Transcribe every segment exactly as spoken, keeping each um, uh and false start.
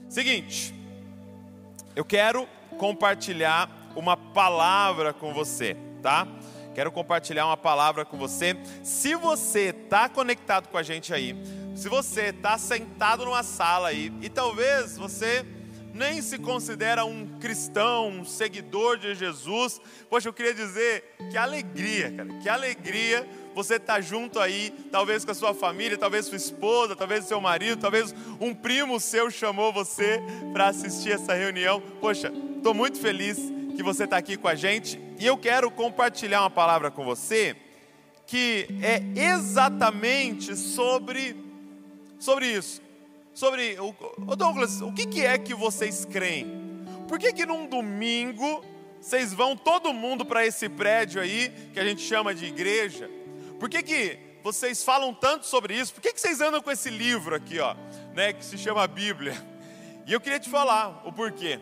Seguinte, eu quero compartilhar uma palavra com você, tá? Quero compartilhar uma palavra com você. Se você está conectado com a gente aí, se você está sentado numa sala aí, e talvez você nem se considera um cristão, um seguidor de Jesus, poxa, eu queria dizer que alegria, cara, que alegria você estar junto aí, talvez com a sua família, talvez sua esposa, talvez seu marido, talvez um primo seu chamou você para assistir essa reunião. Poxa, estou muito feliz que você está aqui com a gente, e eu quero compartilhar uma palavra com você, que é exatamente sobre, sobre isso, sobre, ô Douglas, o que, que é que vocês creem? Por que que num domingo, vocês vão todo mundo para esse prédio aí, que a gente chama de igreja? Por que que vocês falam tanto sobre isso? Por que que vocês andam com esse livro aqui, ó, né, que se chama Bíblia? E eu queria te falar o porquê.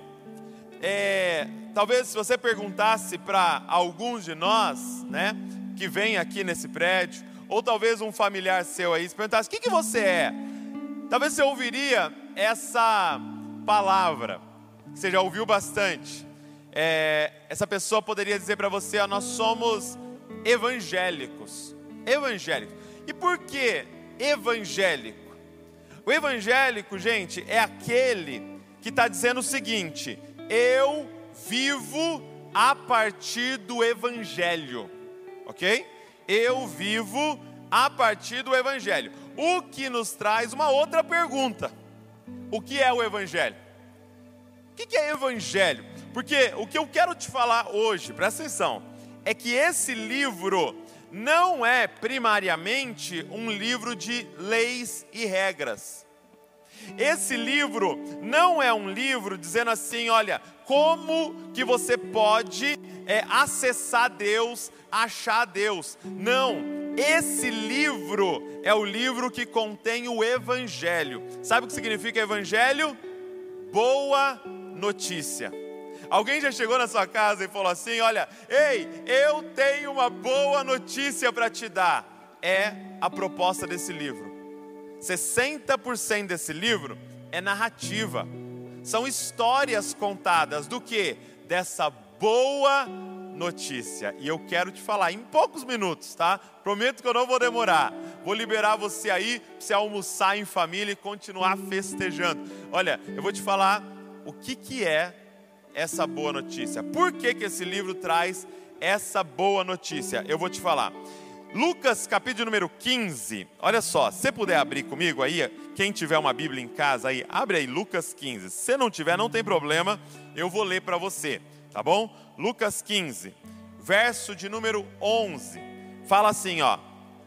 É, talvez se você perguntasse para alguns de nós, né, que vem aqui nesse prédio, ou talvez um familiar seu aí, se perguntasse, o que que você é? Talvez você ouviria essa palavra, que você já ouviu bastante. É, essa pessoa poderia dizer para você, ó, nós somos evangélicos. Evangélicos. E por que evangélico? O evangélico, gente, é aquele que está dizendo o seguinte: eu vivo a partir do evangelho, ok? Eu vivo a partir do evangelho. O que nos traz uma outra pergunta: o que é o evangelho? O que é evangelho? Porque o que eu quero te falar hoje, presta atenção, é que esse livro não é primariamente um livro de leis e regras. Esse livro não é um livro dizendo assim, olha, como que você pode é, acessar Deus, achar Deus. Não, esse livro é o livro que contém o evangelho. Sabe o que significa evangelho? Boa notícia. Alguém já chegou na sua casa e falou assim, olha, ei, eu tenho uma boa notícia para te dar. É a proposta desse livro. sessenta por cento desse livro é narrativa. São histórias contadas do que? Dessa boa notícia. E eu quero te falar em poucos minutos, tá? Prometo que eu não vou demorar. Vou liberar você aí para você almoçar em família e continuar festejando. Olha, eu vou te falar o que que é essa boa notícia. Por que que esse livro traz essa boa notícia? Eu vou te falar. Lucas capítulo número quinze, olha só, se você puder abrir comigo aí, quem tiver uma Bíblia em casa aí, abre aí Lucas quinze, se não tiver não tem problema, eu vou ler para você, tá bom? Lucas quinze, verso de número onze, fala assim, ó,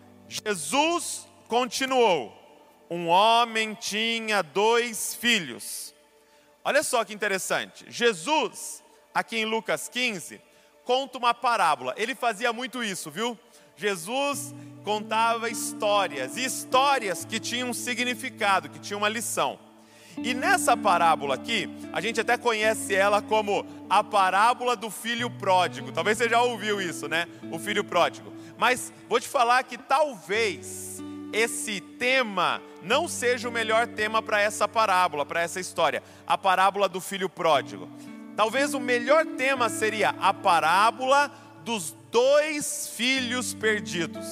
Jesus continuou, um homem tinha dois filhos. Olha só que interessante, Jesus, aqui em Lucas quinze, conta uma parábola, ele fazia muito isso, viu? Jesus contava histórias, e histórias que tinham um significado, que tinham uma lição. E nessa parábola aqui, a gente até conhece ela como a parábola do filho pródigo. Talvez você já ouviu isso, né? O filho pródigo. Mas vou te falar que talvez esse tema não seja o melhor tema para essa parábola, para essa história. A parábola do filho pródigo. Talvez o melhor tema seria a parábola dos dois filhos perdidos.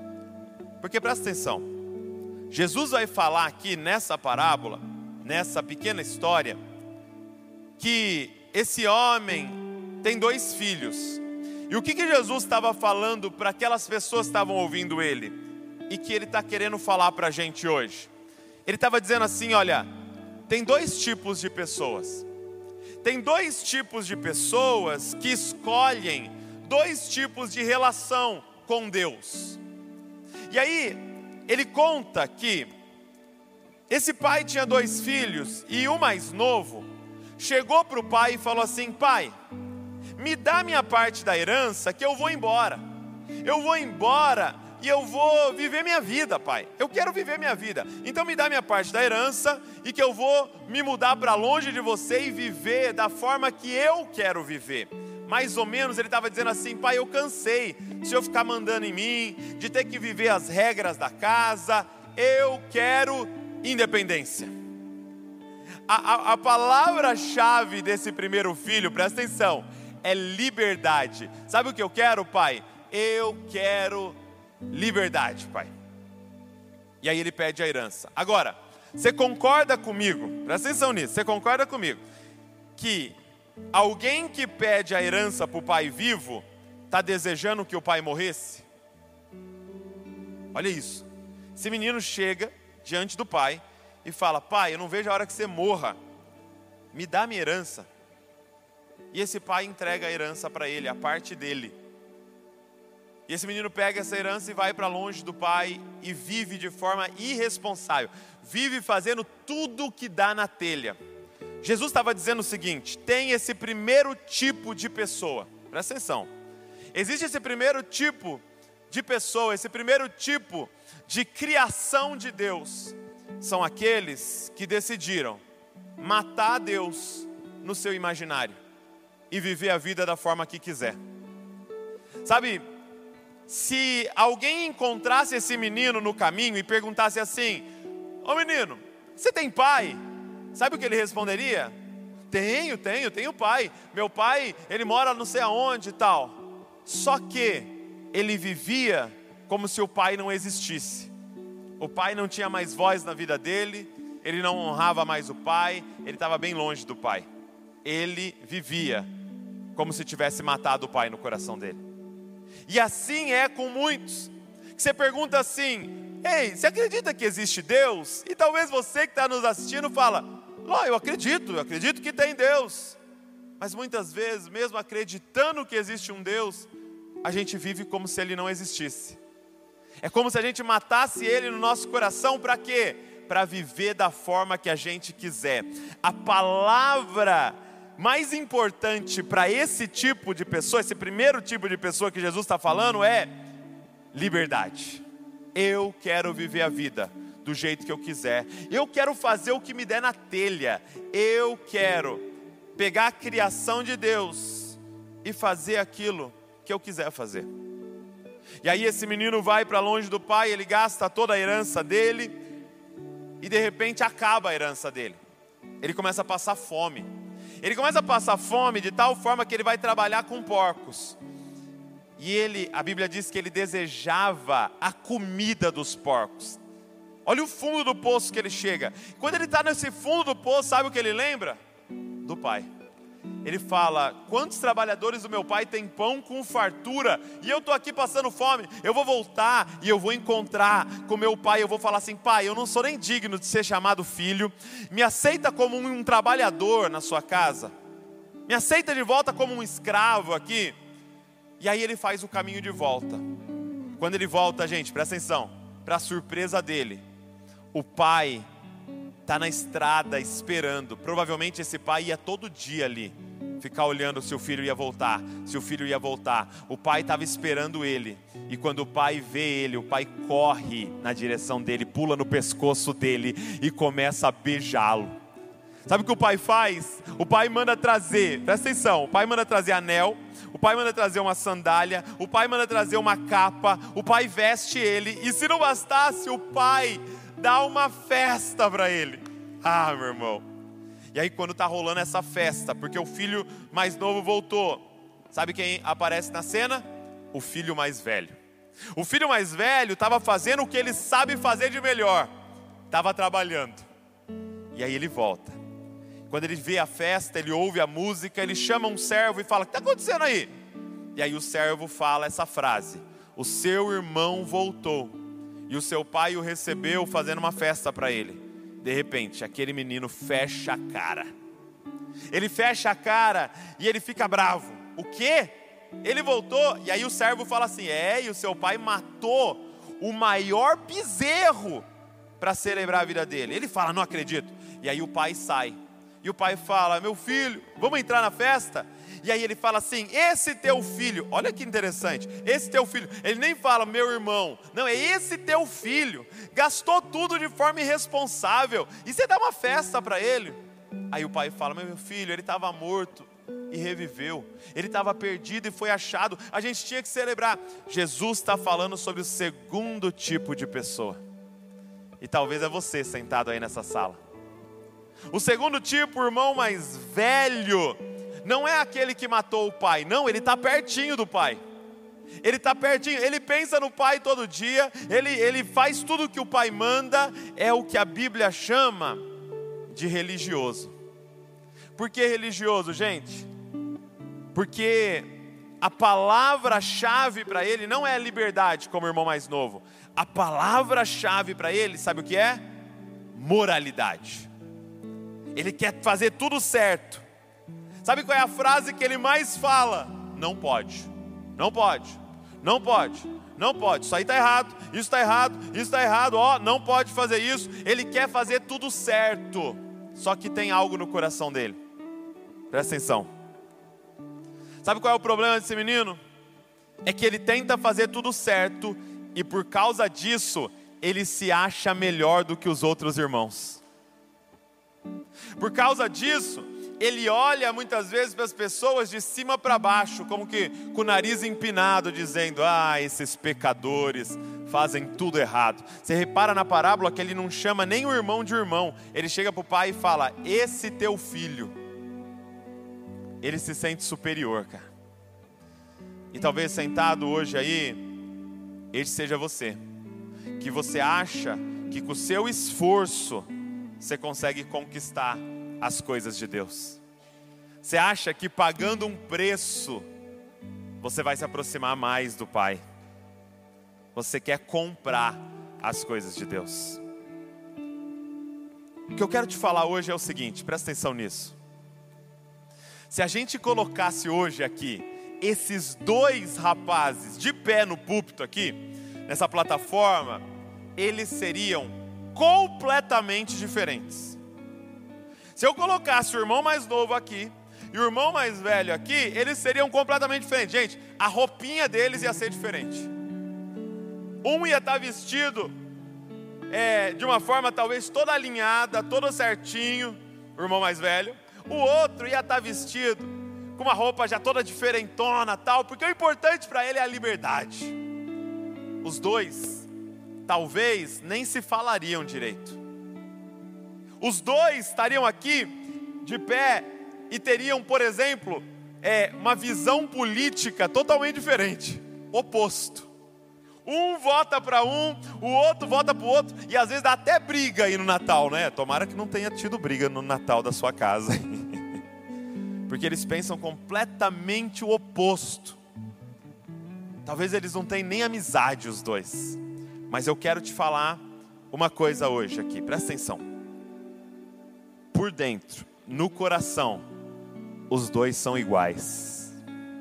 Porque presta atenção, Jesus vai falar aqui nessa parábola, nessa pequena história, que esse homem tem dois filhos. E o que que Jesus estava falando para aquelas pessoas que estavam ouvindo ele? E que ele está querendo falar para a gente hoje? Ele estava dizendo assim, olha, tem dois tipos de pessoas. Tem dois tipos de pessoas que escolhem dois tipos de relação com Deus. E aí, ele conta que esse pai tinha dois filhos e o mais novo chegou para o pai e falou assim, pai, me dá minha parte da herança que eu vou embora. Eu vou embora e eu vou viver minha vida, pai. Eu quero viver minha vida. Então me dá minha parte da herança e que eu vou me mudar para longe de você e viver da forma que eu quero viver. Mais ou menos ele estava dizendo assim, pai, eu cansei de o senhor ficar mandando em mim, de ter que viver as regras da casa, eu quero independência. a, a, a palavra-chave desse primeiro filho, presta atenção, é liberdade. Sabe o que eu quero, pai? Eu quero liberdade, pai. E aí ele pede a herança. Agora, você concorda comigo, presta atenção nisso, você concorda comigo, que alguém que pede a herança para o pai vivo, está desejando que o pai morresse? Olha isso. Esse menino chega diante do pai e fala: pai, eu não vejo a hora que você morra, me dá minha herança. E esse pai entrega a herança para ele, a parte dele. E esse menino pega essa herança e vai para longe do pai e vive de forma irresponsável, vive fazendo tudo o que dá na telha. Jesus estava dizendo o seguinte: tem esse primeiro tipo de pessoa, presta atenção, existe esse primeiro tipo de pessoa, esse primeiro tipo de criação de Deus, são aqueles que decidiram matar Deus no seu imaginário e viver a vida da forma que quiser. Sabe, se alguém encontrasse esse menino no caminho e perguntasse assim: ô menino, você tem pai? Sabe o que ele responderia? Tenho, tenho, tenho pai. Meu pai, ele mora não sei aonde e tal. Só que ele vivia como se o pai não existisse. O pai não tinha mais voz na vida dele, ele não honrava mais o pai, ele estava bem longe do pai. Ele vivia como se tivesse matado o pai no coração dele. E assim é com muitos, que você pergunta assim: ei, você acredita que existe Deus? E talvez você que está nos assistindo fala: oh, eu acredito, eu acredito que tem Deus. Mas muitas vezes, mesmo acreditando que existe um Deus, a gente vive como se ele não existisse. É como se a gente matasse ele no nosso coração. Para quê? Para viver da forma que a gente quiser. A palavra mais importante para esse tipo de pessoa, esse primeiro tipo de pessoa que Jesus está falando, é liberdade. Eu quero viver a vida do jeito que eu quiser. Eu quero fazer o que me der na telha. Eu quero pegar a criação de Deus e fazer aquilo que eu quiser fazer. E aí esse menino vai para longe do pai, ele gasta toda a herança dele e de repente acaba a herança dele. Ele começa a passar fome. Ele começa a passar fome de tal forma que ele vai trabalhar com porcos. E ele, a Bíblia diz que ele desejava a comida dos porcos. Olha o fundo do poço que ele chega. Quando ele está nesse fundo do poço, sabe o que ele lembra? Do pai. Ele fala: quantos trabalhadores do meu pai têm pão com fartura e eu estou aqui passando fome? Eu vou voltar e eu vou encontrar com meu pai. Eu vou falar assim: pai, eu não sou nem digno de ser chamado filho. Me aceita como um, um trabalhador na sua casa. Me aceita de volta como um escravo aqui. E aí ele faz o caminho de volta. Quando ele volta, gente, presta atenção, para a surpresa dele, o pai está na estrada esperando. Provavelmente esse pai ia todo dia ali ficar olhando se o filho ia voltar, se o filho ia voltar. O pai estava esperando ele. E quando o pai vê ele, o pai corre na direção dele, pula no pescoço dele e começa a beijá-lo. Sabe o que o pai faz? O pai manda trazer, presta atenção, o pai manda trazer anel, o pai manda trazer uma sandália, o pai manda trazer uma capa, o pai veste ele. E se não bastasse, o pai dá uma festa para ele. Ah, meu irmão. E aí quando está rolando essa festa, porque o filho mais novo voltou, sabe quem aparece na cena? O filho mais velho. O filho mais velho estava fazendo o que ele sabe fazer de melhor, estava trabalhando. E aí ele volta. Quando ele vê a festa, ele ouve a música, ele chama um servo e fala: o que está acontecendo aí? E aí o servo fala essa frase: o seu irmão voltou e o seu pai o recebeu fazendo uma festa para ele. De repente, aquele menino fecha a cara. Ele fecha a cara e ele fica bravo. O quê? Ele voltou? E aí o servo fala assim: é, e o seu pai matou o maior bezerro para celebrar a vida dele. Ele fala: não acredito. E aí o pai sai. E o pai fala: meu filho, vamos entrar na festa? E aí ele fala assim: esse teu filho, olha que interessante, esse teu filho, ele nem fala meu irmão, não, é esse teu filho, gastou tudo de forma irresponsável, e você dá uma festa para ele? Aí o pai fala: meu filho, ele estava morto e reviveu, ele estava perdido e foi achado, a gente tinha que celebrar. Jesus está falando sobre o segundo tipo de pessoa, e talvez é você sentado aí nessa sala. O segundo tipo, o irmão mais velho, não é aquele que matou o pai, não, ele está pertinho do pai. Ele está pertinho, ele pensa no pai todo dia, ele, ele faz tudo o que o pai manda, é o que a Bíblia chama de religioso. Por que religioso, gente? Porque a palavra-chave para ele não é liberdade, como o irmão mais novo. A palavra-chave para ele, sabe o que é? Moralidade. Ele quer fazer tudo certo. Sabe qual é a frase que ele mais fala? Não pode, não pode, não pode, não pode. Isso aí está errado, isso está errado, isso está errado. Ó, não pode fazer isso. Ele quer fazer tudo certo. Só que tem algo no coração dele. Presta atenção. Sabe qual é o problema desse menino? É que ele tenta fazer tudo certo e por causa disso, ele se acha melhor do que os outros irmãos. Por causa disso, ele olha muitas vezes para as pessoas de cima para baixo, como que com o nariz empinado, dizendo: ah, esses pecadores fazem tudo errado. Você repara na parábola que ele não chama nem o irmão de irmão. Ele chega para o pai e fala: esse teu filho. Ele se sente superior, cara. E talvez sentado hoje aí, este seja você, que você acha que com o seu esforço você consegue conquistar as coisas de Deus. Você acha que pagando um preço você vai se aproximar mais do Pai. Você quer comprar as coisas de Deus. O que eu quero te falar hoje é o seguinte, presta atenção nisso. Se a gente colocasse hoje aqui esses dois rapazes de pé no púlpito aqui, nessa plataforma, eles seriam completamente diferentes. Se eu colocasse o irmão mais novo aqui e o irmão mais velho aqui, eles seriam completamente diferentes. Gente, a roupinha deles ia ser diferente. Um ia estar vestido é, de uma forma talvez toda alinhada, todo certinho, o irmão mais velho. O outro ia estar vestido com uma roupa já toda diferentona, tal, porque o importante para ele é a liberdade. Os dois, talvez, nem se falariam direito. Os dois estariam aqui, de pé, e teriam, por exemplo, é, uma visão política totalmente diferente, oposto. Um vota para um, o outro vota para o outro, e às vezes dá até briga aí no Natal, né? Tomara que não tenha tido briga no Natal da sua casa. Porque eles pensam completamente o oposto. Talvez eles não tenham nem amizade os dois. Mas eu quero te falar uma coisa hoje aqui, presta atenção. Por dentro, no coração, os dois são iguais.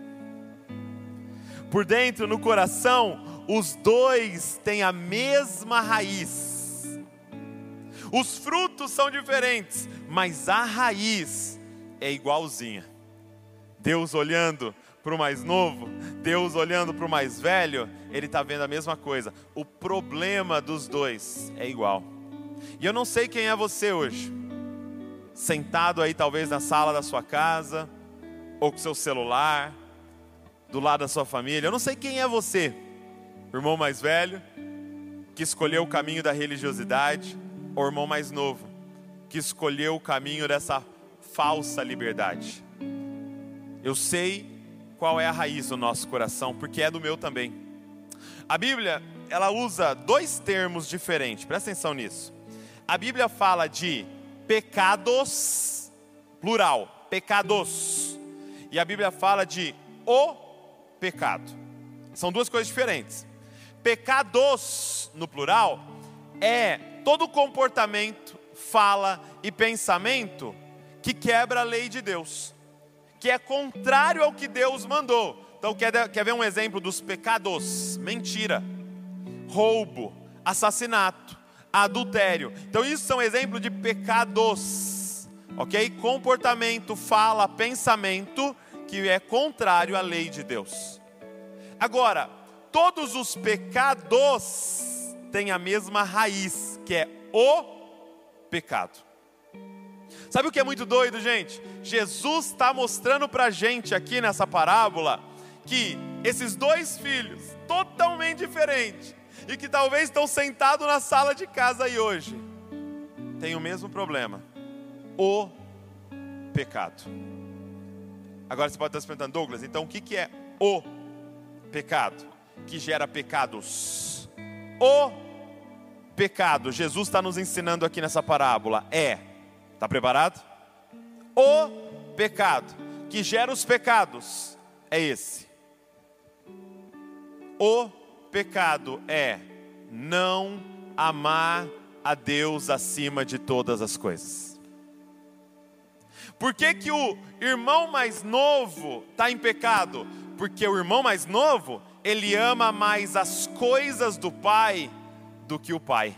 Por dentro, no coração, os dois têm a mesma raiz. Os frutos são diferentes, mas a raiz é igualzinha. Deus olhando para o mais novo, Deus olhando para o mais velho, Ele está vendo a mesma coisa. O problema dos dois é igual. E eu não sei quem é você hoje, sentado aí talvez na sala da sua casa, ou com seu celular, do lado da sua família. Eu não sei quem é você, irmão mais velho, que escolheu o caminho da religiosidade, ou irmão mais novo, que escolheu o caminho dessa falsa liberdade. Eu sei qual é a raiz do nosso coração, porque é do meu também. A Bíblia, ela usa dois termos diferentes, presta atenção nisso. A Bíblia fala de pecados, plural, pecados. E a Bíblia fala de o pecado. São duas coisas diferentes. Pecados, no plural, é todo comportamento, fala e pensamento que quebra a lei de Deus, que é contrário ao que Deus mandou. Então quer, quer ver um exemplo dos pecados? Mentira, roubo, assassinato, adultério. Então isso são exemplos de pecados, ok? Comportamento, fala, pensamento que é contrário à lei de Deus. Agora, todos os pecados têm a mesma raiz, que é o pecado. Sabe o que é muito doido, gente? Jesus está mostrando para a gente aqui nessa parábola que esses dois filhos, totalmente diferentes, e que talvez estão sentados na sala de casa aí hoje, têm o mesmo problema. o pecado. Agora você pode estar se perguntando, Douglas, então o que, que é o pecado? Que gera pecados. O pecado, Jesus está nos ensinando aqui nessa parábola, é, está preparado? O pecado que gera os pecados é esse. O pecado é não amar a Deus acima de todas as coisas. Por que que o irmão mais novo está em pecado? Porque o irmão mais novo, ele ama mais as coisas do pai do que o pai.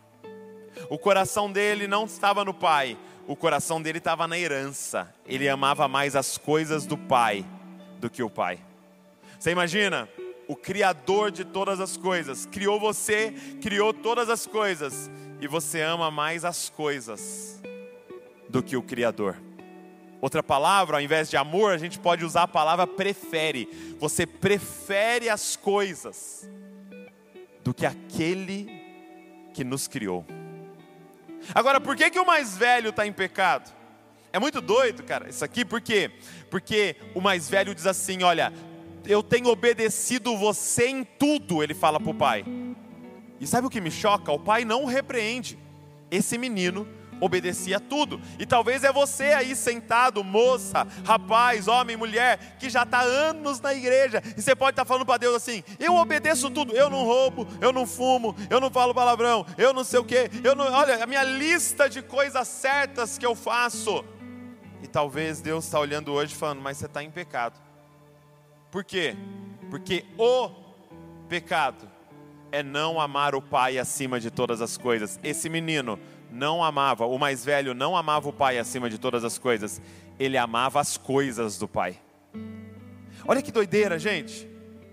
O coração dele não estava no pai, o coração dele estava na herança. Ele amava mais as coisas do pai do que o pai. Você imagina? O Criador de todas as coisas criou você, criou todas as coisas, e você ama mais as coisas do que o Criador. Outra palavra, ao invés de amor, a gente pode usar a palavra prefere. Você prefere as coisas do que aquele que nos criou. Agora, por que que o mais velho está em pecado? É muito doido, cara, isso aqui, por quê? Porque o mais velho diz assim, olha, eu tenho obedecido você em tudo, ele fala para o pai. E sabe o que me choca? O pai não repreende. Esse menino obedecia tudo. E talvez é você aí sentado, moça, rapaz, homem, mulher, que já está anos na igreja, e você pode estar falando para Deus assim, eu obedeço tudo, eu não roubo, eu não fumo, eu não falo palavrão, eu não sei o que, eu não, olha, a minha lista de coisas certas que eu faço. E talvez Deus está olhando hoje falando, mas você está em pecado. Por quê? Porque o pecado é não amar o pai acima de todas as coisas. Esse menino não amava, o mais velho não amava o pai acima de todas as coisas. Ele amava as coisas do pai. Olha que doideira, gente.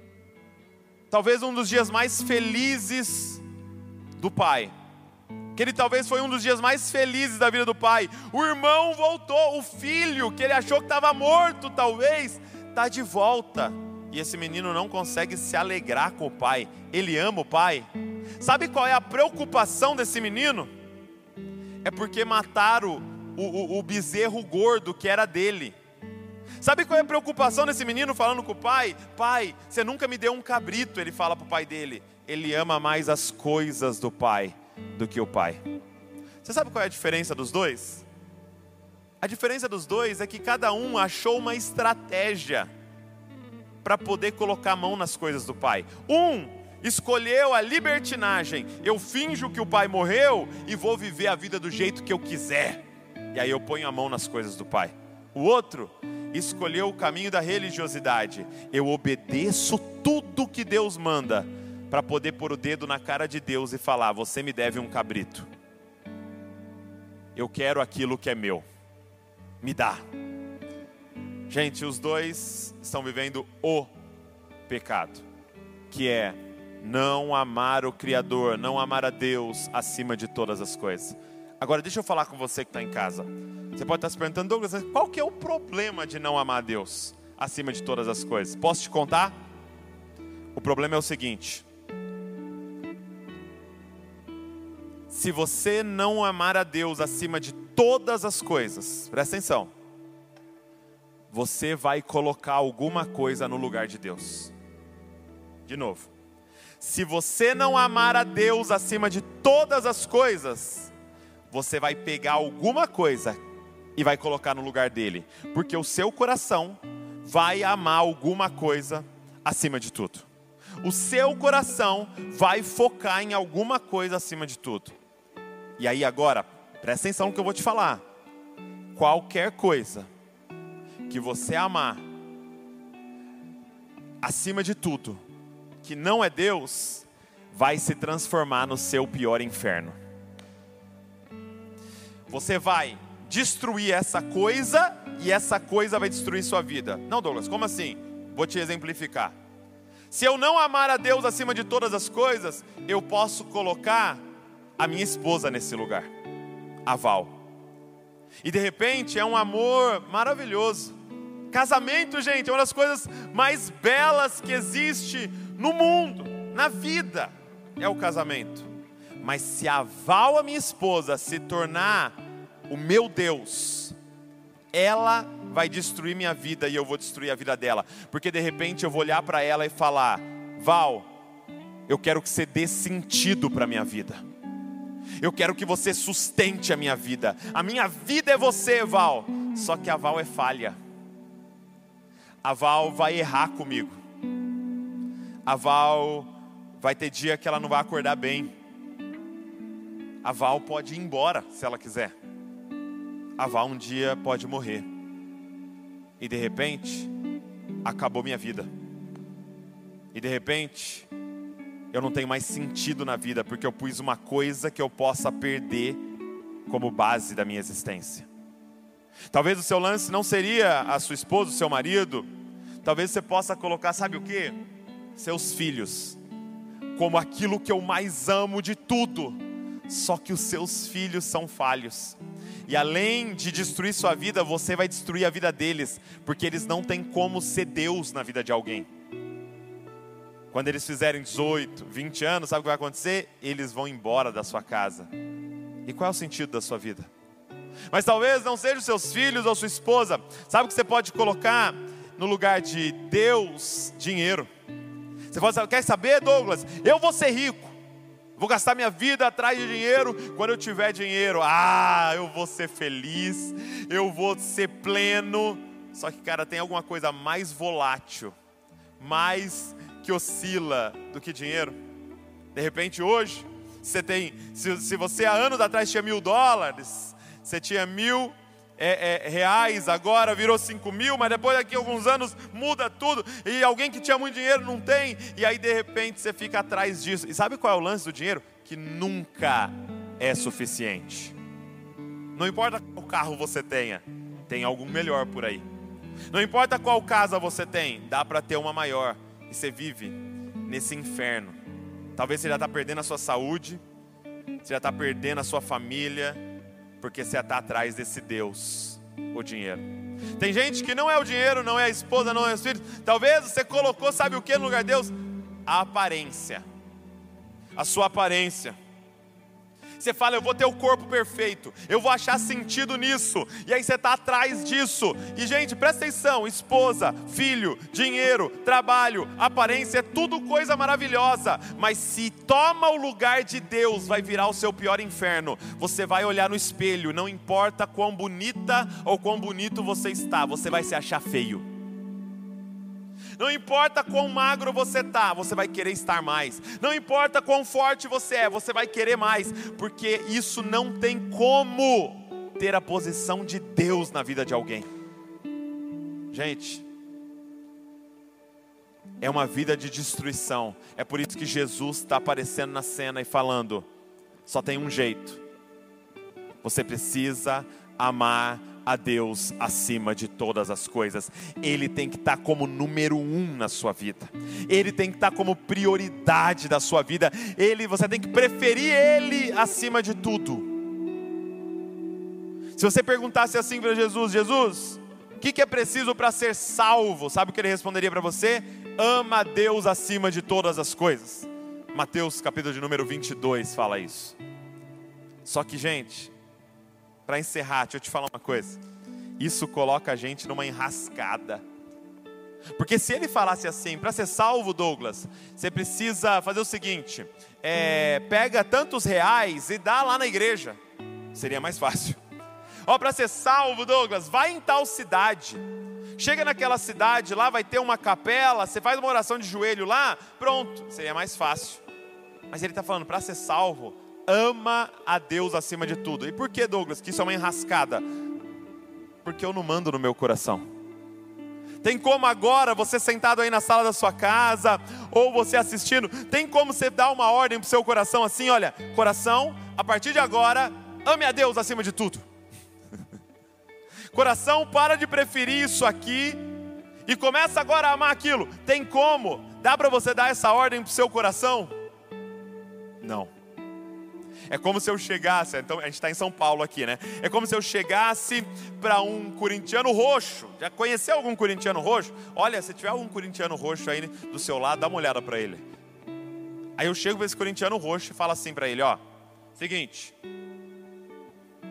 Talvez um dos dias mais felizes do pai. Que ele talvez foi um dos dias mais felizes da vida do pai. O irmão voltou, o filho que ele achou que estava morto talvez, está de volta. E esse menino não consegue se alegrar com o pai. Ele ama o pai. Sabe qual é a preocupação desse menino? É porque mataram o, o, o bezerro gordo que era dele. Sabe qual é a preocupação desse menino falando com o pai? Pai, você nunca me deu um cabrito, ele fala para o pai dele. Ele ama mais as coisas do pai do que o pai. Você sabe qual é a diferença dos dois? A diferença dos dois é que cada um achou uma estratégia para poder colocar a mão nas coisas do pai. Um escolheu a libertinagem. Eu finjo que o pai morreu e vou viver a vida do jeito que eu quiser. E aí eu ponho a mão nas coisas do pai. O outro escolheu o caminho da religiosidade. Eu obedeço tudo que Deus manda para poder pôr o dedo na cara de Deus e falar, você me deve um cabrito. Eu quero aquilo que é meu. Me dá. Gente, os dois estão vivendo o pecado, que é não amar o Criador, não amar a Deus acima de todas as coisas. Agora deixa eu falar com você que está em casa. Você pode estar se perguntando, Douglas, qual que é o problema de não amar a Deus acima de todas as coisas? Posso te contar? O problema é o seguinte. Se você não amar a Deus acima de todas as coisas, presta atenção, você vai colocar alguma coisa no lugar de Deus. De novo. Se você não amar a Deus acima de todas as coisas, você vai pegar alguma coisa e vai colocar no lugar dele. Porque o seu coração vai amar alguma coisa acima de tudo. O seu coração vai focar em alguma coisa acima de tudo. E aí agora, presta atenção no que eu vou te falar. Qualquer coisa que você amar acima de tudo, que não é Deus, vai se transformar no seu pior inferno. Você vai destruir essa coisa e essa coisa vai destruir sua vida. Não, Douglas, como assim? Vou te exemplificar. Se eu não amar a Deus acima de todas as coisas, eu posso colocar a minha esposa nesse lugar, a Val. E de repente é um amor maravilhoso. Casamento, gente, é uma das coisas mais belas que existe no mundo, na vida, é o casamento. Mas se a Val, a minha esposa, se tornar o meu Deus, ela vai destruir minha vida e eu vou destruir a vida dela. Porque de repente eu vou olhar para ela e falar: Val, eu quero que você dê sentido para a minha vida. Eu quero que você sustente a minha vida. A minha vida é você, Val. Só que a Val é falha. A Val vai errar comigo. A Val vai ter dia que ela não vai acordar bem. A Val pode ir embora se ela quiser. A Val um dia pode morrer. E de repente, acabou minha vida. E de repente, eu não tenho mais sentido na vida, porque eu pus uma coisa que eu possa perder como base da minha existência. Talvez o seu lance não seria a sua esposa, o seu marido. Talvez você possa colocar, sabe o quê? Seus filhos, como aquilo que eu mais amo de tudo. Só que os seus filhos são falhos. E além de destruir sua vida, você vai destruir a vida deles, porque eles não têm como ser Deus na vida de alguém. Quando eles fizerem dezoito, vinte anos, sabe o que vai acontecer? Eles vão embora da sua casa. E qual é o sentido da sua vida? Mas talvez não sejam os seus filhos ou sua esposa. Sabe o que você pode colocar no lugar de Deus? Dinheiro. Você pode saber, quer saber, Douglas? Eu vou ser rico. Vou gastar minha vida atrás de dinheiro. Quando eu tiver dinheiro, ah, eu vou ser feliz. Eu vou ser pleno. Só que, cara, tem alguma coisa mais volátil, mais que oscila do que dinheiro. De repente hoje, você tem, se, se você há anos atrás tinha mil dólares, você tinha mil é, é, reais, agora virou cinco mil, mas depois daqui a alguns anos muda tudo, e alguém que tinha muito dinheiro não tem, e aí de repente você fica atrás disso. E sabe qual é o lance do dinheiro? Que nunca é suficiente. Não importa qual carro você tenha, tem algum melhor por aí. Não importa qual casa você tem, dá para ter uma maior. E você vive nesse inferno. Talvez você já está perdendo a sua saúde, você já está perdendo a sua família, porque você está atrás desse Deus, o dinheiro. Tem gente que não é o dinheiro, não é a esposa, não é os filhos. Talvez você colocou, sabe o que no lugar de Deus? A aparência. A sua aparência. Você fala, eu vou ter o corpo perfeito, eu vou achar sentido nisso. E aí você está atrás disso. E gente, presta atenção, esposa, filho, dinheiro, trabalho, aparência, é tudo coisa maravilhosa. Mas se toma o lugar de Deus, vai virar o seu pior inferno. Você vai olhar no espelho, não importa quão bonita ou quão bonito você está, você vai se achar feio. Não importa quão magro você está, você vai querer estar mais. Não importa quão forte você é, você vai querer mais. Porque isso não tem como ter a posição de Deus na vida de alguém. Gente, é uma vida de destruição. É por isso que Jesus está aparecendo na cena e falando: só tem um jeito. Você precisa amar a Deus acima de todas as coisas. Ele tem que estar como número um na sua vida. Ele tem que estar como prioridade da sua vida. Ele, você tem que preferir Ele acima de tudo. Se você perguntasse assim para Jesus: Jesus, o que, que é preciso para ser salvo? Sabe o que Ele responderia para você? Ama a Deus acima de todas as coisas. Mateus capítulo de número vinte e dois fala isso. Só que, gente, para encerrar, deixa eu te falar uma coisa. Isso coloca a gente numa enrascada. Porque se ele falasse assim: para ser salvo, Douglas, você precisa fazer o seguinte, é, pega tantos reais e dá lá na igreja. Seria mais fácil. Ó, para ser salvo, Douglas, vai em tal cidade. Chega naquela cidade, lá vai ter uma capela, você faz uma oração de joelho lá, pronto, seria mais fácil. Mas ele está falando, para ser salvo, ama a Deus acima de tudo. E por que, Douglas, que isso é uma enrascada? Porque eu não mando no meu coração. Tem como agora, você sentado aí na sala da sua casa, ou você assistindo, tem como você dar uma ordem para o seu coração assim: olha, coração, a partir de agora, ame a Deus acima de tudo. Coração, para de preferir isso aqui e começa agora a amar aquilo. Tem como? Dá para você dar essa ordem para o seu coração? Não. É como se eu chegasse, então a gente está em São Paulo aqui, né? É como se eu chegasse para um corintiano roxo. Já conheceu algum corintiano roxo? Olha, se tiver algum corintiano roxo aí do seu lado, dá uma olhada para ele. Aí eu chego para esse corintiano roxo e falo assim para ele: ó, seguinte,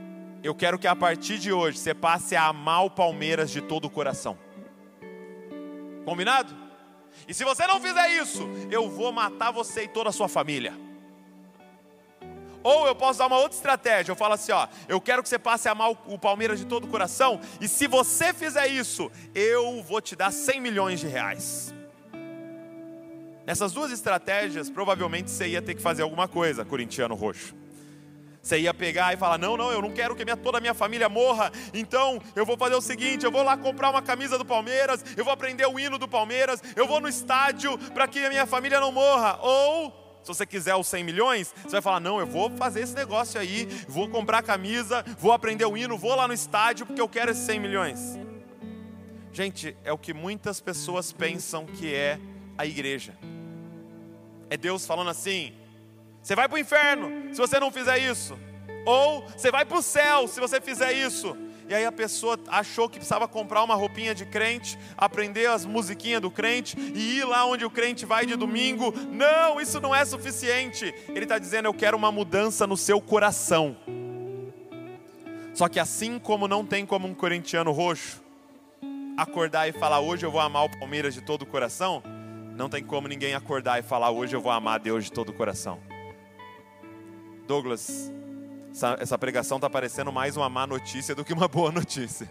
eu quero que a partir de hoje você passe a amar o Palmeiras de todo o coração. Combinado? E se você não fizer isso, eu vou matar você e toda a sua família. Ou eu posso dar uma outra estratégia, eu falo assim, ó, eu quero que você passe a amar o Palmeiras de todo o coração, e se você fizer isso, eu vou te dar cem milhões de reais. Nessas duas estratégias, provavelmente você ia ter que fazer alguma coisa, corintiano roxo. Você ia pegar e falar, não, não, eu não quero que minha, toda a minha família morra, então eu vou fazer o seguinte, eu vou lá comprar uma camisa do Palmeiras, eu vou aprender o hino do Palmeiras, eu vou no estádio para que a minha família não morra. Ou, se você quiser os cem milhões, você vai falar, não, eu vou fazer esse negócio aí, vou comprar a camisa, vou aprender o hino, vou lá no estádio porque eu quero esses cem milhões. Gente, é o que muitas pessoas pensam que é a igreja. É Deus falando assim, você vai para o inferno se você não fizer isso. Ou você vai para o céu se você fizer isso. E aí a pessoa achou que precisava comprar uma roupinha de crente, aprender as musiquinhas do crente e ir lá onde o crente vai de domingo. Não, isso não é suficiente. Ele está dizendo, eu quero uma mudança no seu coração. Só que assim como não tem como um corintiano roxo acordar e falar, hoje eu vou amar o Palmeiras de todo o coração, não tem como ninguém acordar e falar, hoje eu vou amar Deus de todo o coração. Douglas, essa, essa pregação está parecendo mais uma má notícia do que uma boa notícia.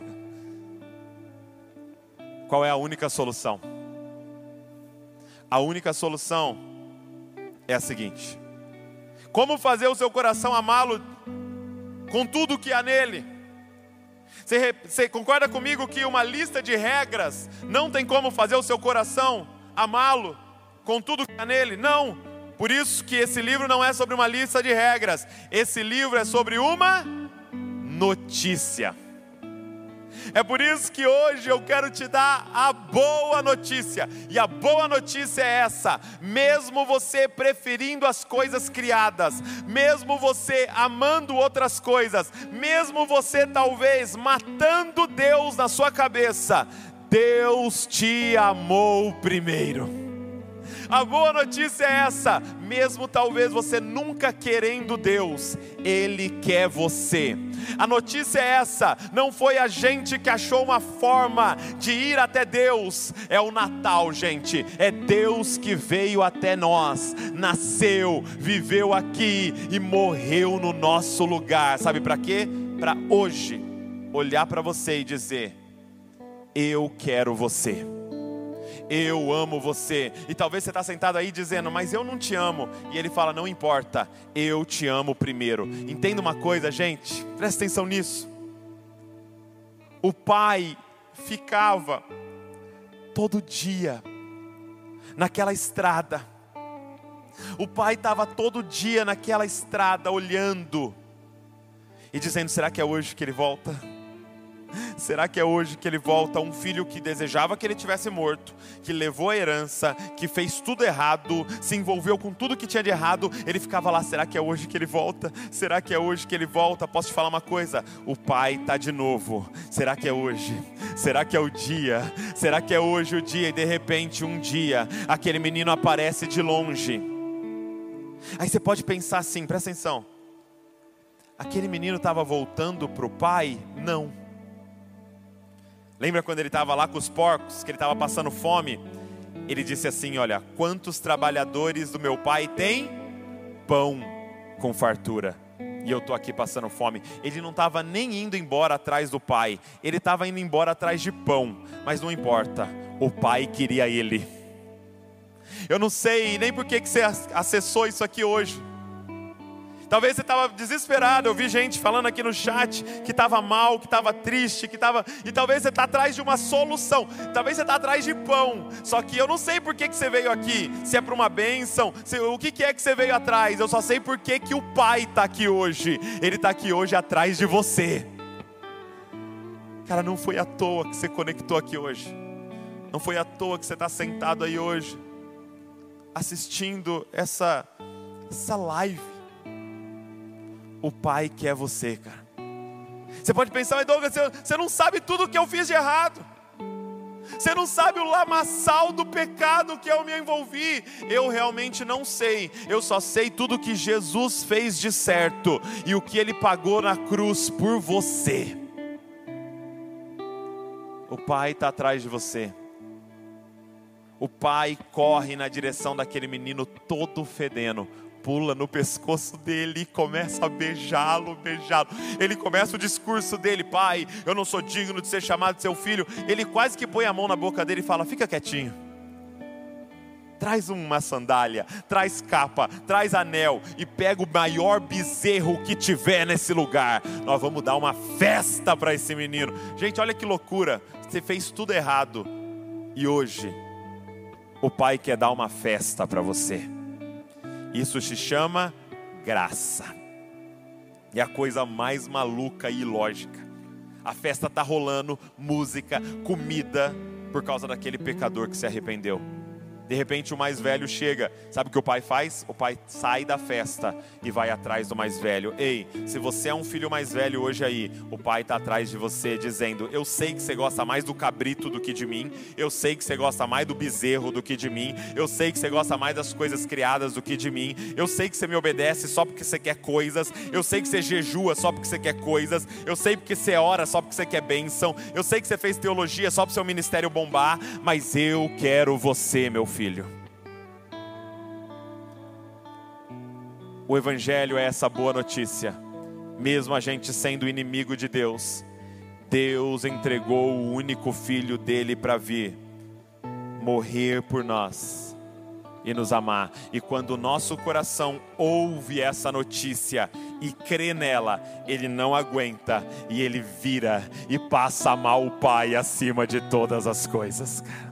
Qual é a única solução? A única solução é a seguinte: como fazer o seu coração amá-lo com tudo que há nele? Você, você concorda comigo que uma lista de regras não tem como fazer o seu coração amá-lo com tudo que há nele? Não. Por isso que esse livro não é sobre uma lista de regras. Esse livro é sobre uma notícia. É por isso que hoje eu quero te dar a boa notícia. E a boa notícia é essa: mesmo você preferindo as coisas criadas, mesmo você amando outras coisas, mesmo você talvez matando Deus na sua cabeça, Deus te amou primeiro. A boa notícia é essa: mesmo talvez você nunca querendo Deus, Ele quer você. A notícia é essa: não foi a gente que achou uma forma de ir até Deus, é o Natal, gente. É Deus que veio até nós, nasceu, viveu aqui e morreu no nosso lugar. Sabe para quê? Para hoje olhar para você e dizer, eu quero você. Eu amo você. E talvez você está sentado aí dizendo, mas eu não te amo. E ele fala, não importa, eu te amo primeiro. Entenda uma coisa, gente, presta atenção nisso. O pai ficava todo dia naquela estrada. O pai estava todo dia naquela estrada olhando e dizendo, será que é hoje que ele volta? Será que é hoje que ele volta? Um filho que desejava que ele tivesse morto, que levou a herança, que fez tudo errado, se envolveu com tudo que tinha de errado. Ele ficava lá, será que é hoje que ele volta? Será que é hoje que ele volta? Posso te falar uma coisa? O pai está de novo. Será que é hoje? Será que é o dia? Será que é hoje o dia? E de repente um dia, aquele menino aparece de longe. Aí você pode pensar assim, presta atenção. Aquele menino estava voltando para o pai? Não. Lembra quando ele estava lá com os porcos, que ele estava passando fome? Ele disse assim, olha, quantos trabalhadores do meu pai têm pão com fartura? E eu estou aqui passando fome. Ele não estava nem indo embora atrás do pai. Ele estava indo embora atrás de pão. Mas não importa, o pai queria ele. Eu não sei nem por que que você acessou isso aqui hoje. Talvez você estava desesperado, eu vi gente falando aqui no chat que estava mal, que estava triste, que estava... E talvez você está atrás de uma solução, talvez você está atrás de pão. Só que eu não sei por que que você veio aqui, se é para uma bênção, se... o que que é que você veio atrás. Eu só sei por que que o pai está aqui hoje. Ele está aqui hoje atrás de você. Cara, não foi à toa que você conectou aqui hoje. Não foi à toa que você está sentado aí hoje, assistindo essa, essa live. O pai quer você, cara. Você pode pensar, mas Douglas, você não sabe tudo o que eu fiz de errado. Você não sabe o lamaçal do pecado que eu me envolvi. Eu realmente não sei. Eu só sei tudo que Jesus fez de certo e o que Ele pagou na cruz por você. O Pai está atrás de você. O pai corre na direção daquele menino todo fedendo, pula no pescoço dele e começa a beijá-lo, beijá-lo. Ele começa o discurso dele: pai, eu não sou digno de ser chamado de seu filho. Ele quase que põe a mão na boca dele e fala: fica quietinho. Traz uma sandália, traz capa, traz anel e pega o maior bezerro que tiver nesse lugar. Nós vamos dar uma festa para esse menino. Gente, olha que loucura. Você fez tudo errado e hoje o pai quer dar uma festa para você. Isso se chama graça. É a coisa mais maluca e ilógica. A festa está rolando, música, comida, por causa daquele pecador que se arrependeu. De repente o mais velho chega. Sabe o que o pai faz? O pai sai da festa e vai atrás do mais velho. Ei, se você é um filho mais velho hoje aí, o pai está atrás de você dizendo: eu sei que você gosta mais do cabrito do que de mim. Eu sei que você gosta mais do bezerro do que de mim. Eu sei que você gosta mais das coisas criadas do que de mim. Eu sei que você me obedece só porque você quer coisas. Eu sei que você jejua só porque você quer coisas. Eu sei que você ora só porque você quer bênção. Eu sei que você fez teologia só para o seu ministério bombar. Mas eu quero você, meu filho. Filho. O Evangelho é essa boa notícia. Mesmo a gente sendo inimigo de Deus, Deus entregou o único Filho dele para vir morrer por nós e nos amar. E quando o nosso coração ouve essa notícia e crê nela, ele não aguenta e ele vira e passa a amar o Pai acima de todas as coisas, cara.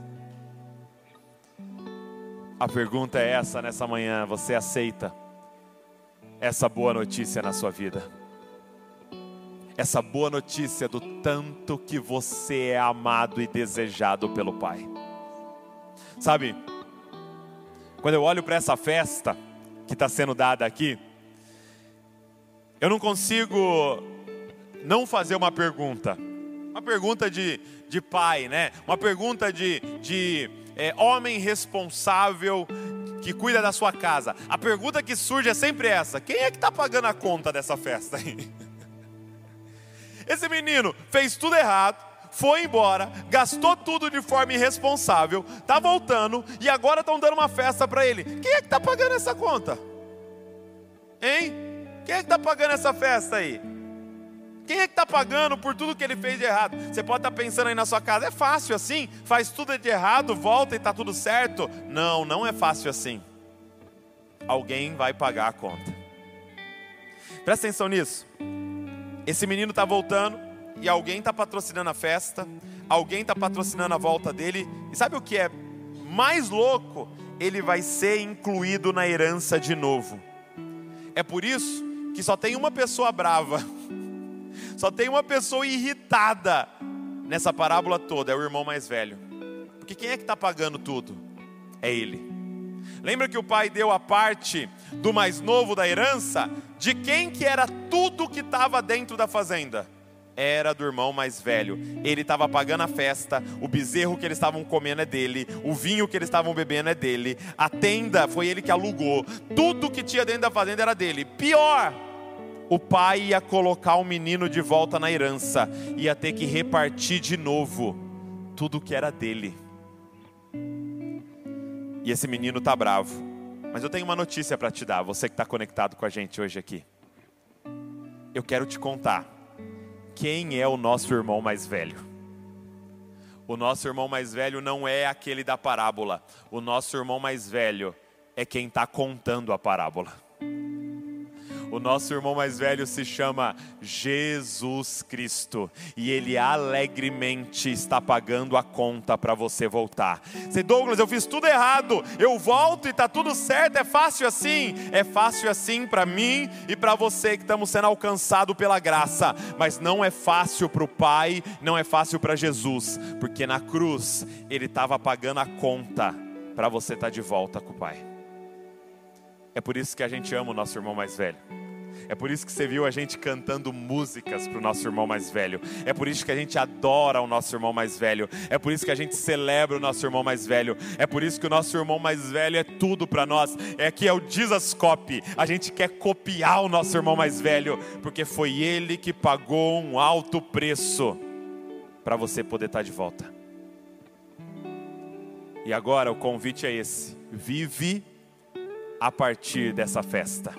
A pergunta é essa nessa manhã: você aceita essa boa notícia na sua vida? Essa boa notícia do tanto que você é amado e desejado pelo Pai. Sabe, quando eu olho para essa festa que está sendo dada aqui, eu não consigo não fazer uma pergunta. Uma pergunta de, de pai, né? Uma pergunta de... de É, homem responsável que cuida da sua casa. A pergunta que surge é sempre essa: quem é que está pagando a conta dessa festa aí? Esse menino fez tudo errado, foi embora, gastou tudo de forma irresponsável, está voltando e agora estão dando uma festa para ele. Quem é que está pagando essa conta? Hein? Quem é que está pagando essa festa aí? Quem é que está pagando por tudo que ele fez de errado? Você pode estar pensando aí na sua casa: é fácil assim? Faz tudo de errado, volta e está tudo certo? Não, não é fácil assim. Alguém vai pagar a conta. Presta atenção nisso. Esse menino está voltando e alguém está patrocinando a festa. Alguém está patrocinando a volta dele. E sabe o que é mais louco? Ele vai ser incluído na herança de novo. É por isso que só tem uma pessoa brava. Só tem uma pessoa irritada nessa parábola toda: é o irmão mais velho. Porque quem é que está pagando tudo? É ele. Lembra que o pai deu a parte do mais novo da herança? De quem que era tudo que estava dentro da fazenda? Era do irmão mais velho. Ele estava pagando a festa. O bezerro que eles estavam comendo é dele. O vinho que eles estavam bebendo é dele. A tenda foi ele que alugou. Tudo que tinha dentro da fazenda era dele. Pior, o pai ia colocar o menino de volta na herança, ia ter que repartir de novo tudo que era dele. E esse menino está bravo. Mas eu tenho uma notícia para te dar, você que está conectado com a gente hoje aqui. Eu quero te contar quem é o nosso irmão mais velho. O nosso irmão mais velho não é aquele da parábola. O nosso irmão mais velho é quem está contando a parábola. O nosso irmão mais velho se chama Jesus Cristo. E Ele alegremente está pagando a conta para você voltar. Você: Douglas, eu fiz tudo errado, eu volto e está tudo certo, é fácil assim? É fácil assim para mim e para você que estamos sendo alcançados pela graça. Mas não é fácil para o Pai, não é fácil para Jesus. Porque na cruz Ele estava pagando a conta para você estar de volta com o Pai. É por isso que a gente ama o nosso irmão mais velho. É por isso que você viu a gente cantando músicas para o nosso irmão mais velho. É por isso que a gente adora o nosso irmão mais velho. É por isso que a gente celebra o nosso irmão mais velho. É por isso que o nosso irmão mais velho é tudo para nós. É que é o Jesus Copy. A gente quer copiar o nosso irmão mais velho, porque foi ele que pagou um alto preço para você poder estar de volta. E agora o convite é esse: vive a partir dessa festa.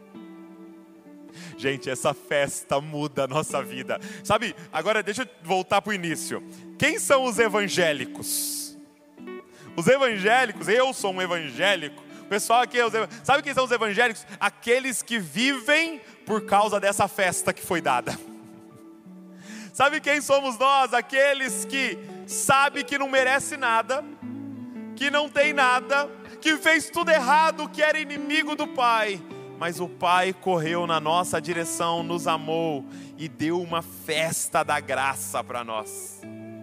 Gente, essa festa muda a nossa vida. Sabe, agora deixa eu voltar para o início. Quem são os evangélicos? Os evangélicos, eu sou um evangélico. O pessoal aqui, é os ev... sabe quem são os evangélicos? Aqueles que vivem por causa dessa festa que foi dada. Sabe quem somos nós? Aqueles que sabem que não merece nada, que não tem nada, que fez tudo errado, que era inimigo do Pai. Mas o Pai correu na nossa direção, nos amou e deu uma festa da graça para nós.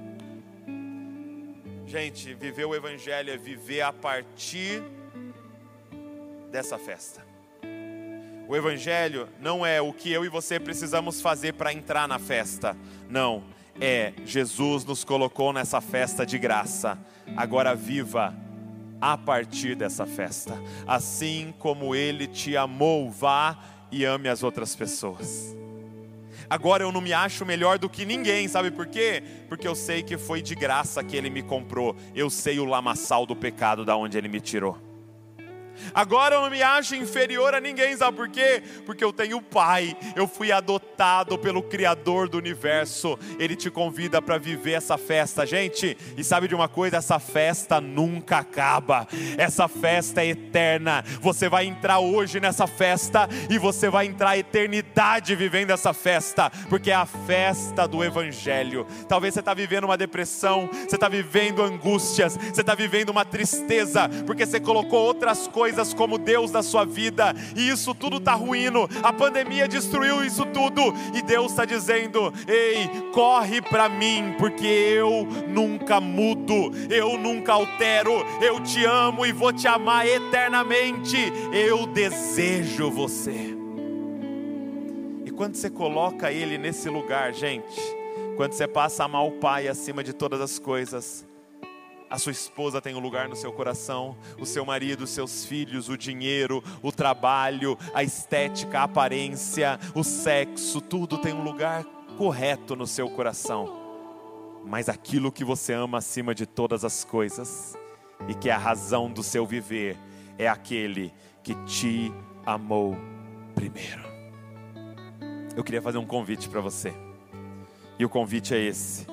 Gente, viver o Evangelho é viver a partir dessa festa. O Evangelho não é o que eu e você precisamos fazer para entrar na festa. Não, é Jesus nos colocou nessa festa de graça. Agora viva a partir dessa festa. Assim como Ele te amou, vá e ame as outras pessoas. Agora eu não me acho melhor do que ninguém, sabe por quê? Porque eu sei que foi de graça que Ele me comprou. Eu sei o lamaçal do pecado da onde Ele me tirou. Agora eu não me acho inferior a ninguém, sabe por quê? Porque eu tenho Pai, eu fui adotado pelo Criador do Universo. Ele te convida para viver essa festa, gente. E sabe de uma coisa? Essa festa nunca acaba. Essa festa é eterna. Você vai entrar hoje nessa festa e você vai entrar a eternidade vivendo essa festa, porque é a festa do Evangelho. Talvez você está vivendo uma depressão, você está vivendo angústias, você está vivendo uma tristeza, porque você colocou outras coisas coisas como Deus na sua vida, e isso tudo está ruindo. A pandemia destruiu isso tudo, e Deus está dizendo: ei, corre para mim, porque eu nunca mudo, eu nunca altero, eu te amo e vou te amar eternamente, eu desejo você. E quando você coloca Ele nesse lugar, gente, quando você passa a amar o Pai acima de todas as coisas, a sua esposa tem um lugar no seu coração, o seu marido, os seus filhos, o dinheiro, o trabalho, a estética, a aparência, o sexo, tudo tem um lugar correto no seu coração. Mas aquilo que você ama acima de todas as coisas, e que é a razão do seu viver, é aquele que te amou primeiro. Eu queria fazer um convite para você, e o convite é esse.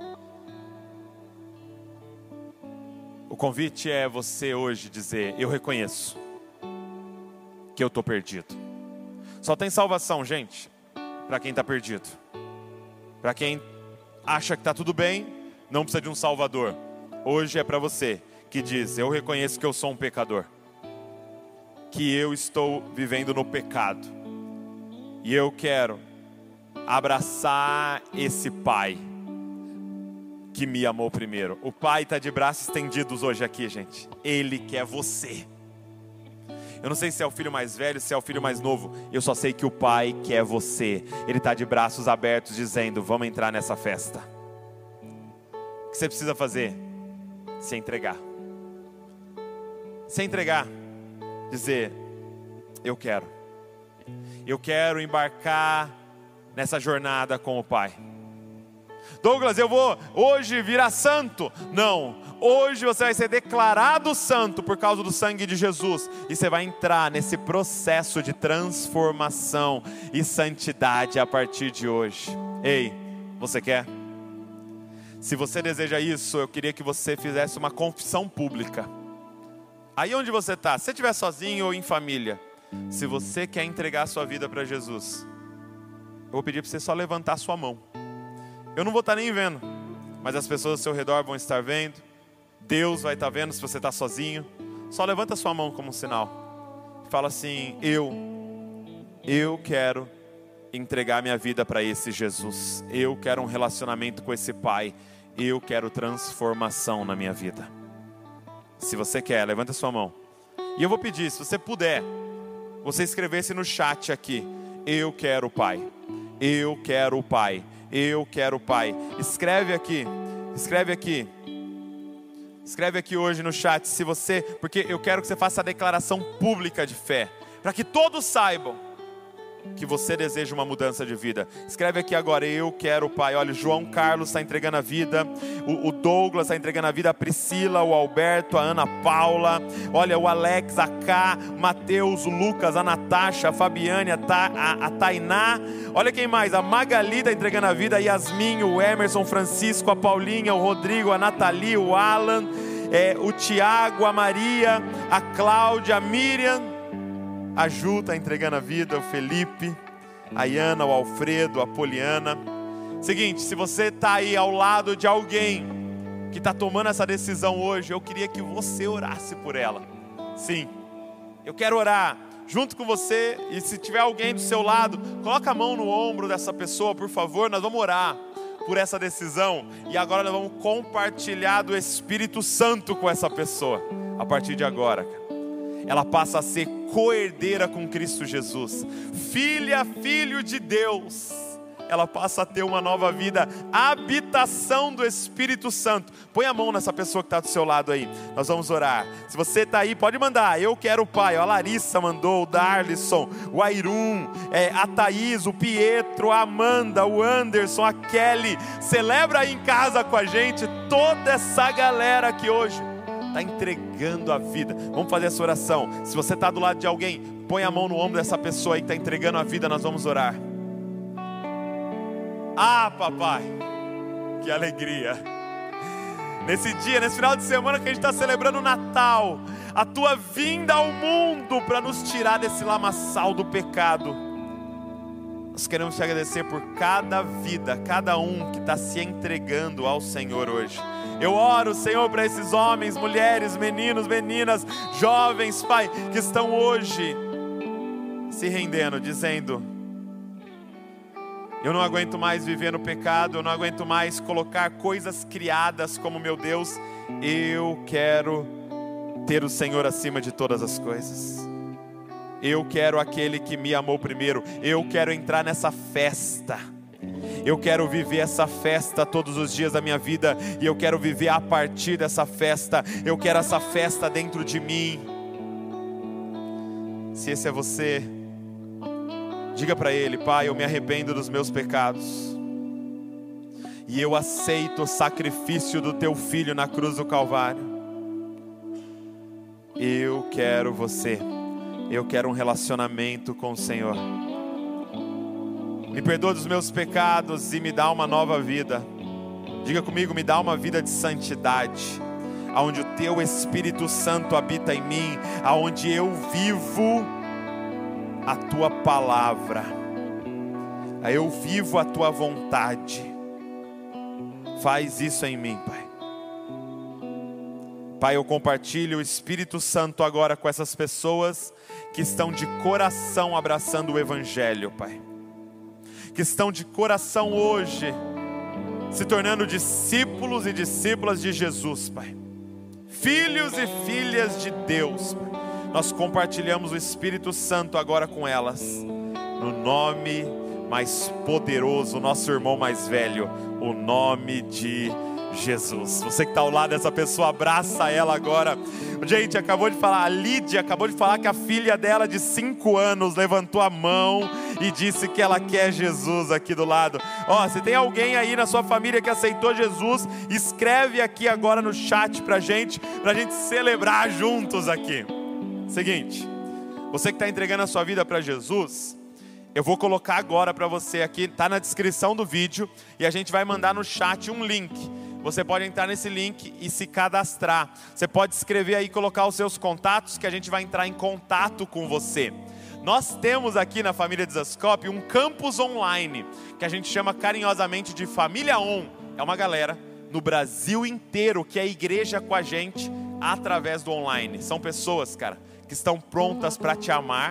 O convite é você hoje dizer: eu reconheço que eu estou perdido. Só tem salvação, gente, para quem está perdido. Para quem acha que está tudo bem, não precisa de um salvador. Hoje é para você que diz: eu reconheço que eu sou um pecador, que eu estou vivendo no pecado, e eu quero abraçar esse Pai que me amou primeiro. O Pai está de braços estendidos hoje aqui, gente. Ele quer você. Eu não sei se é o filho mais velho, se é o filho mais novo. Eu só sei que o Pai quer você. Ele está de braços abertos dizendo: vamos entrar nessa festa. O que você precisa fazer? Se entregar. Se entregar. Dizer: eu quero. Eu quero embarcar nessa jornada com o Pai. Douglas, eu vou hoje virar santo. Não, hoje você vai ser declarado santo por causa do sangue de Jesus. E você vai entrar nesse processo de transformação e santidade a partir de hoje. Ei, você quer? Se você deseja isso, eu queria que você fizesse uma confissão pública. Aí onde você está, se você estiver sozinho ou em família, se você quer entregar a sua vida para Jesus, eu vou pedir para você só levantar a sua mão. Eu não vou estar nem vendo, mas as pessoas ao seu redor vão estar vendo. Deus vai estar vendo se você está sozinho. Só levanta a sua mão como um sinal. Fala assim: eu, eu quero entregar minha vida para esse Jesus. Eu quero um relacionamento com esse Pai. Eu quero transformação na minha vida. Se você quer, levanta a sua mão. E eu vou pedir, se você puder, você escrevesse no chat aqui: eu quero o Pai, eu quero o Pai, eu quero o Pai. Escreve aqui, escreve aqui, escreve aqui hoje no chat, se você, porque eu quero que você faça a declaração pública de fé, para que todos saibam que você deseja uma mudança de vida. Escreve aqui agora, eu quero o Pai. Olha, o João Carlos está entregando a vida, o, o Douglas está entregando a vida, a Priscila, o Alberto, a Ana Paula, olha, o Alex, a Ká, Mateus, o Lucas, a Natasha, a Fabiane, a, Ta, a, a Tainá, olha quem mais, a Magali está entregando a vida, a Yasmin, o Emerson, Francisco, a Paulinha, o Rodrigo, a Nathalie, o Alan, é, o Tiago, a Maria, a Cláudia, a Miriam, a Ju está entregando a vida, o Felipe, a Iana, o Alfredo, a Poliana. Seguinte, se você está aí ao lado de alguém que está tomando essa decisão hoje, eu queria que você orasse por ela. Sim, eu quero orar junto com você, e se tiver alguém do seu lado, coloca a mão no ombro dessa pessoa, por favor. Nós vamos orar por essa decisão, e agora nós vamos compartilhar do Espírito Santo com essa pessoa. A partir de agora, ela passa a ser co-herdeira com Cristo Jesus, filha, filho de Deus. Ela passa a ter uma nova vida, habitação do Espírito Santo. Põe a mão nessa pessoa que está do seu lado aí, nós vamos orar. Se você está aí, pode mandar, eu quero o Pai. A Larissa mandou, o Darlison, o Airum, é, a Thaís, o Pietro, a Amanda, o Anderson, a Kelly. Celebra aí em casa com a gente, toda essa galera aqui hoje está entregando a vida. Vamos fazer essa oração. Se você está do lado de alguém, põe a mão no ombro dessa pessoa aí que está entregando a vida. Nós vamos orar. Ah, papai, que alegria. Nesse dia, nesse final de semana que a gente está celebrando o Natal, a tua vinda ao mundo para nos tirar desse lamaçal do pecado. Nós queremos te agradecer por cada vida, cada um que está se entregando ao Senhor hoje. Eu oro, Senhor, para esses homens, mulheres, meninos, meninas, jovens, Pai, que estão hoje se rendendo, dizendo: eu não aguento mais viver no pecado, eu não aguento mais colocar coisas criadas como meu Deus, eu quero ter o Senhor acima de todas as coisas. Eu quero aquele que me amou primeiro, eu quero entrar nessa festa. Eu quero viver essa festa todos os dias da minha vida, e eu quero viver a partir dessa festa. Eu quero essa festa dentro de mim. Se esse é você, diga para Ele: Pai, eu me arrependo dos meus pecados, e eu aceito o sacrifício do Teu Filho na cruz do Calvário. Eu quero você, eu quero um relacionamento com o Senhor. Me perdoa dos meus pecados e me dá uma nova vida. Diga comigo: me dá uma vida de santidade, aonde o Teu Espírito Santo habita em mim, aonde eu vivo a Tua palavra, eu vivo a Tua vontade. Faz isso em mim, Pai. Pai, eu compartilho o Espírito Santo agora com essas pessoas que estão de coração abraçando o Evangelho, Pai, que estão de coração hoje se tornando discípulos e discípulas de Jesus, Pai, filhos e filhas de Deus, Pai. Nós compartilhamos o Espírito Santo agora com elas, no nome mais poderoso, nosso irmão mais velho, o nome de Jesus. Você que está ao lado dessa pessoa, abraça ela agora. Gente, acabou de falar, a Lídia acabou de falar que a filha dela de cinco anos levantou a mão e disse que ela quer Jesus aqui do lado. Ó, se tem alguém aí na sua família que aceitou Jesus, escreve aqui agora no chat pra gente, pra gente celebrar juntos aqui. Seguinte, você que está entregando a sua vida para Jesus, eu vou colocar agora para você aqui, tá na descrição do vídeo, e a gente vai mandar no chat um link. Você pode entrar nesse link e se cadastrar. Você pode escrever aí, colocar os seus contatos, que a gente vai entrar em contato com você. Nós temos aqui na família Desascope um campus online, que a gente chama carinhosamente de Família On. É uma galera no Brasil inteiro que é igreja com a gente através do online. São pessoas, cara, que estão prontas para te amar,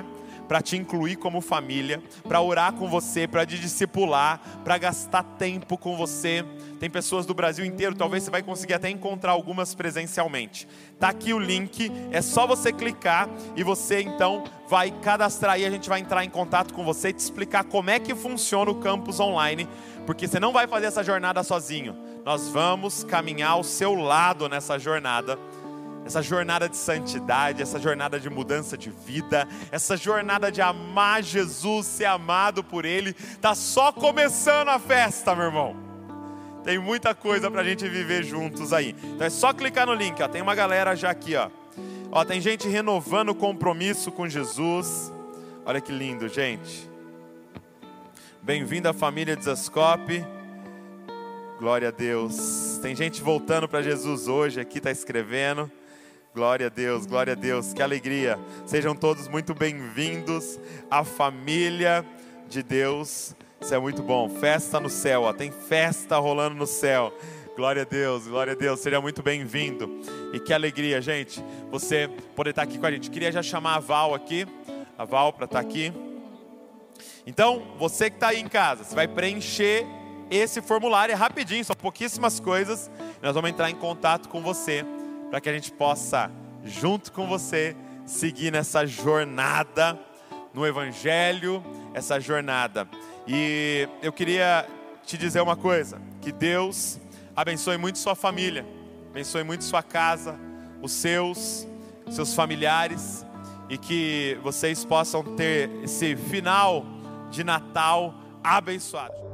para te incluir como família, para orar com você, para te discipular, para gastar tempo com você. Tem pessoas do Brasil inteiro, talvez você vai conseguir até encontrar algumas presencialmente. Tá aqui o link, é só você clicar e você então vai cadastrar e a gente vai entrar em contato com você e te explicar como é que funciona o campus online, porque você não vai fazer essa jornada sozinho. Nós vamos caminhar ao seu lado nessa jornada. Essa jornada de santidade, essa jornada de mudança de vida, essa jornada de amar Jesus, ser amado por Ele, está só começando a festa, meu irmão. Tem muita coisa para a gente viver juntos aí. Então é só clicar no link, ó. Tem uma galera já aqui, ó. Ó, tem gente renovando o compromisso com Jesus. Olha que lindo, gente. Bem-vindo à família Desascope. Glória a Deus. Tem gente voltando para Jesus hoje aqui, está escrevendo. Glória a Deus, glória a Deus, que alegria. Sejam todos muito bem-vindos à família de Deus. Isso é muito bom. Festa no céu, ó. Tem festa rolando no céu. Glória a Deus, glória a Deus. Seja muito bem-vindo. E que alegria, gente, você poder estar aqui com a gente. Queria já chamar a Val aqui, a Val para estar aqui. Então, você que está aí em casa, você vai preencher esse formulário, é rapidinho, são pouquíssimas coisas. Nós vamos entrar em contato com você, para que a gente possa, junto com você, seguir nessa jornada no Evangelho, essa jornada. E eu queria te dizer uma coisa, que Deus abençoe muito sua família, abençoe muito sua casa, os seus, seus familiares, e que vocês possam ter esse final de Natal abençoado.